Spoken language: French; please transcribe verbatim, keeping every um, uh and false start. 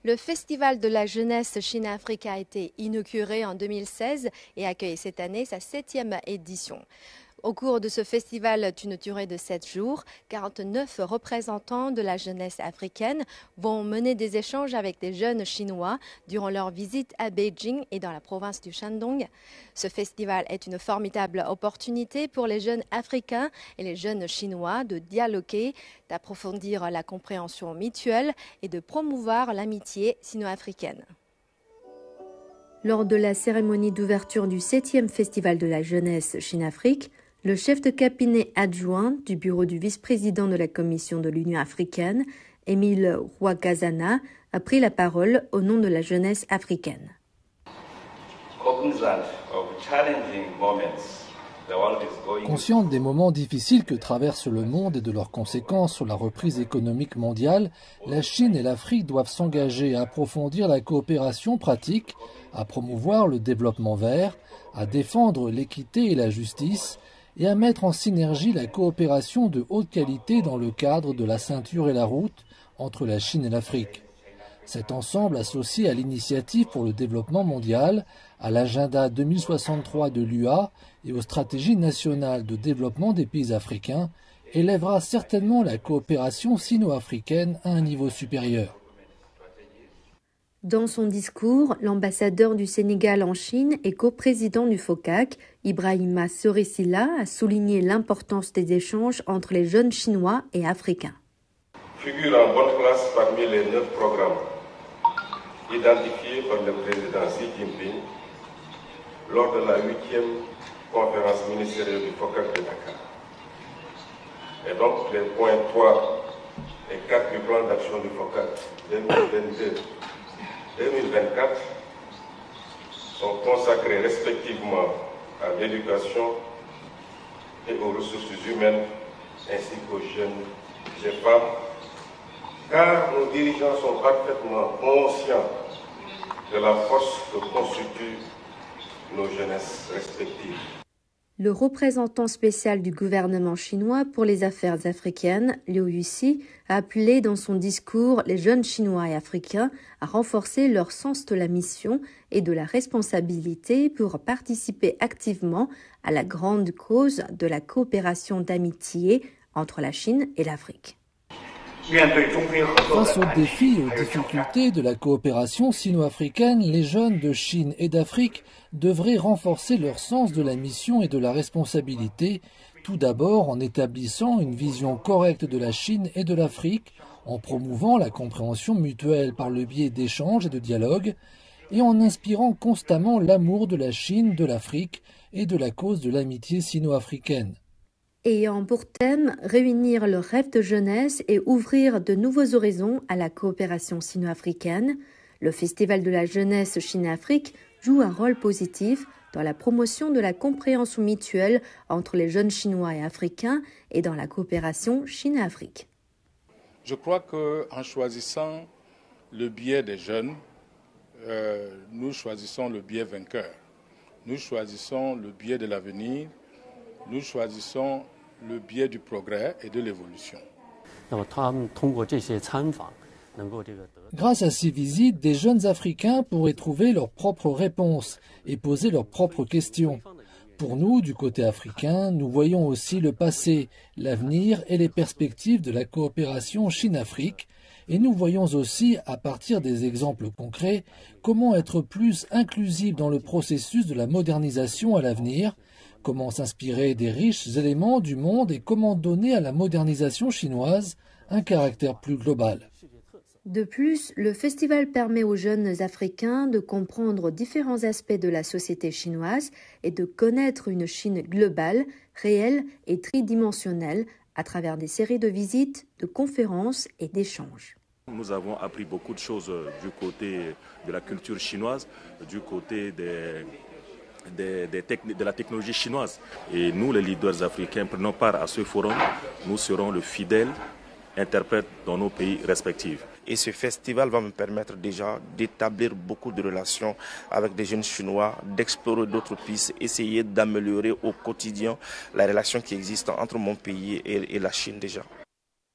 Le Festival de la jeunesse Chine-Afrique a été inauguré en deux mille seize et accueille cette année sa septième édition. Au cours de ce festival d'une durée de sept jours, quarante-neuf représentants de la jeunesse africaine vont mener des échanges avec des jeunes chinois durant leur visite à Beijing et dans la province du Shandong. Ce festival est une formidable opportunité pour les jeunes africains et les jeunes chinois de dialoguer, d'approfondir la compréhension mutuelle et de promouvoir l'amitié sino-africaine. Lors de la cérémonie d'ouverture du septième Festival de la jeunesse Chine-Afrique, le chef de cabinet adjoint du bureau du vice-président de la Commission de l'Union africaine, Émile Rwakazana, a pris la parole au nom de la jeunesse africaine. Consciente des moments difficiles que traverse le monde et de leurs conséquences sur la reprise économique mondiale, la Chine et l'Afrique doivent s'engager à approfondir la coopération pratique, à promouvoir le développement vert, à défendre l'équité et la justice, et à mettre en synergie la coopération de haute qualité dans le cadre de la ceinture et la route entre la Chine et l'Afrique. Cet ensemble associé à l'initiative pour le développement mondial, à l'agenda deux mille soixante-trois de l'U A et aux stratégies nationales de développement des pays africains élèvera certainement la coopération sino-africaine à un niveau supérieur. Dans son discours, l'ambassadeur du Sénégal en Chine et coprésident du FOCAC, Ibrahima Soresila, a souligné l'importance des échanges entre les jeunes Chinois et Africains. Figure en bonne place parmi les neuf programmes identifiés par le président Xi Jinping lors de la huitième conférence ministérielle du FOCAC de Dakar. Et donc les points trois et quatre du plan d'action du FOCAC deux mille vingt-deux deux mille vingt-quatre sont consacrés respectivement à l'éducation et aux ressources humaines ainsi qu'aux jeunes et femmes, car nos dirigeants sont parfaitement conscients de la force que constituent nos jeunesses respectives. Le représentant spécial du gouvernement chinois pour les affaires africaines, Liu Yuxi, a appelé dans son discours les jeunes Chinois et Africains à renforcer leur sens de la mission et de la responsabilité pour participer activement à la grande cause de la coopération d'amitié entre la Chine et l'Afrique. Face aux défis et aux difficultés de la coopération sino-africaine, les jeunes de Chine et d'Afrique devraient renforcer leur sens de la mission et de la responsabilité, tout d'abord en établissant une vision correcte de la Chine et de l'Afrique, en promouvant la compréhension mutuelle par le biais d'échanges et de dialogues, et en inspirant constamment l'amour de la Chine, de l'Afrique et de la cause de l'amitié sino-africaine. Ayant pour thème réunir le rêve de jeunesse et ouvrir de nouveaux horizons à la coopération sino-africaine, le Festival de la jeunesse Chine-Afrique joue un rôle positif dans la promotion de la compréhension mutuelle entre les jeunes Chinois et Africains et dans la coopération Chine-Afrique. Je crois qu'en choisissant le biais des jeunes, euh, nous choisissons le biais vainqueur. Nous choisissons le biais de l'avenir. Nous choisissons le biais du progrès et de l'évolution. Grâce à ces visites, des jeunes Africains pourraient trouver leurs propres réponses et poser leurs propres questions. Pour nous, du côté africain, nous voyons aussi le passé, l'avenir et les perspectives de la coopération Chine-Afrique. Et nous voyons aussi, à partir des exemples concrets, comment être plus inclusif dans le processus de la modernisation à l'avenir, comment s'inspirer des riches éléments du monde et comment donner à la modernisation chinoise un caractère plus global. De plus, le festival permet aux jeunes Africains de comprendre différents aspects de la société chinoise et de connaître une Chine globale, réelle et tridimensionnelle à travers des séries de visites, de conférences et d'échanges. Nous avons appris beaucoup de choses du côté de la culture chinoise, du côté des Des, des de la technologie chinoise. Et nous, les leaders africains, prenons part à ce forum. Nous serons le fidèle interprète dans nos pays respectifs. Et ce festival va me permettre déjà d'établir beaucoup de relations avec des jeunes Chinois, d'explorer d'autres pistes, essayer d'améliorer au quotidien la relation qui existe entre mon pays et, et la Chine déjà.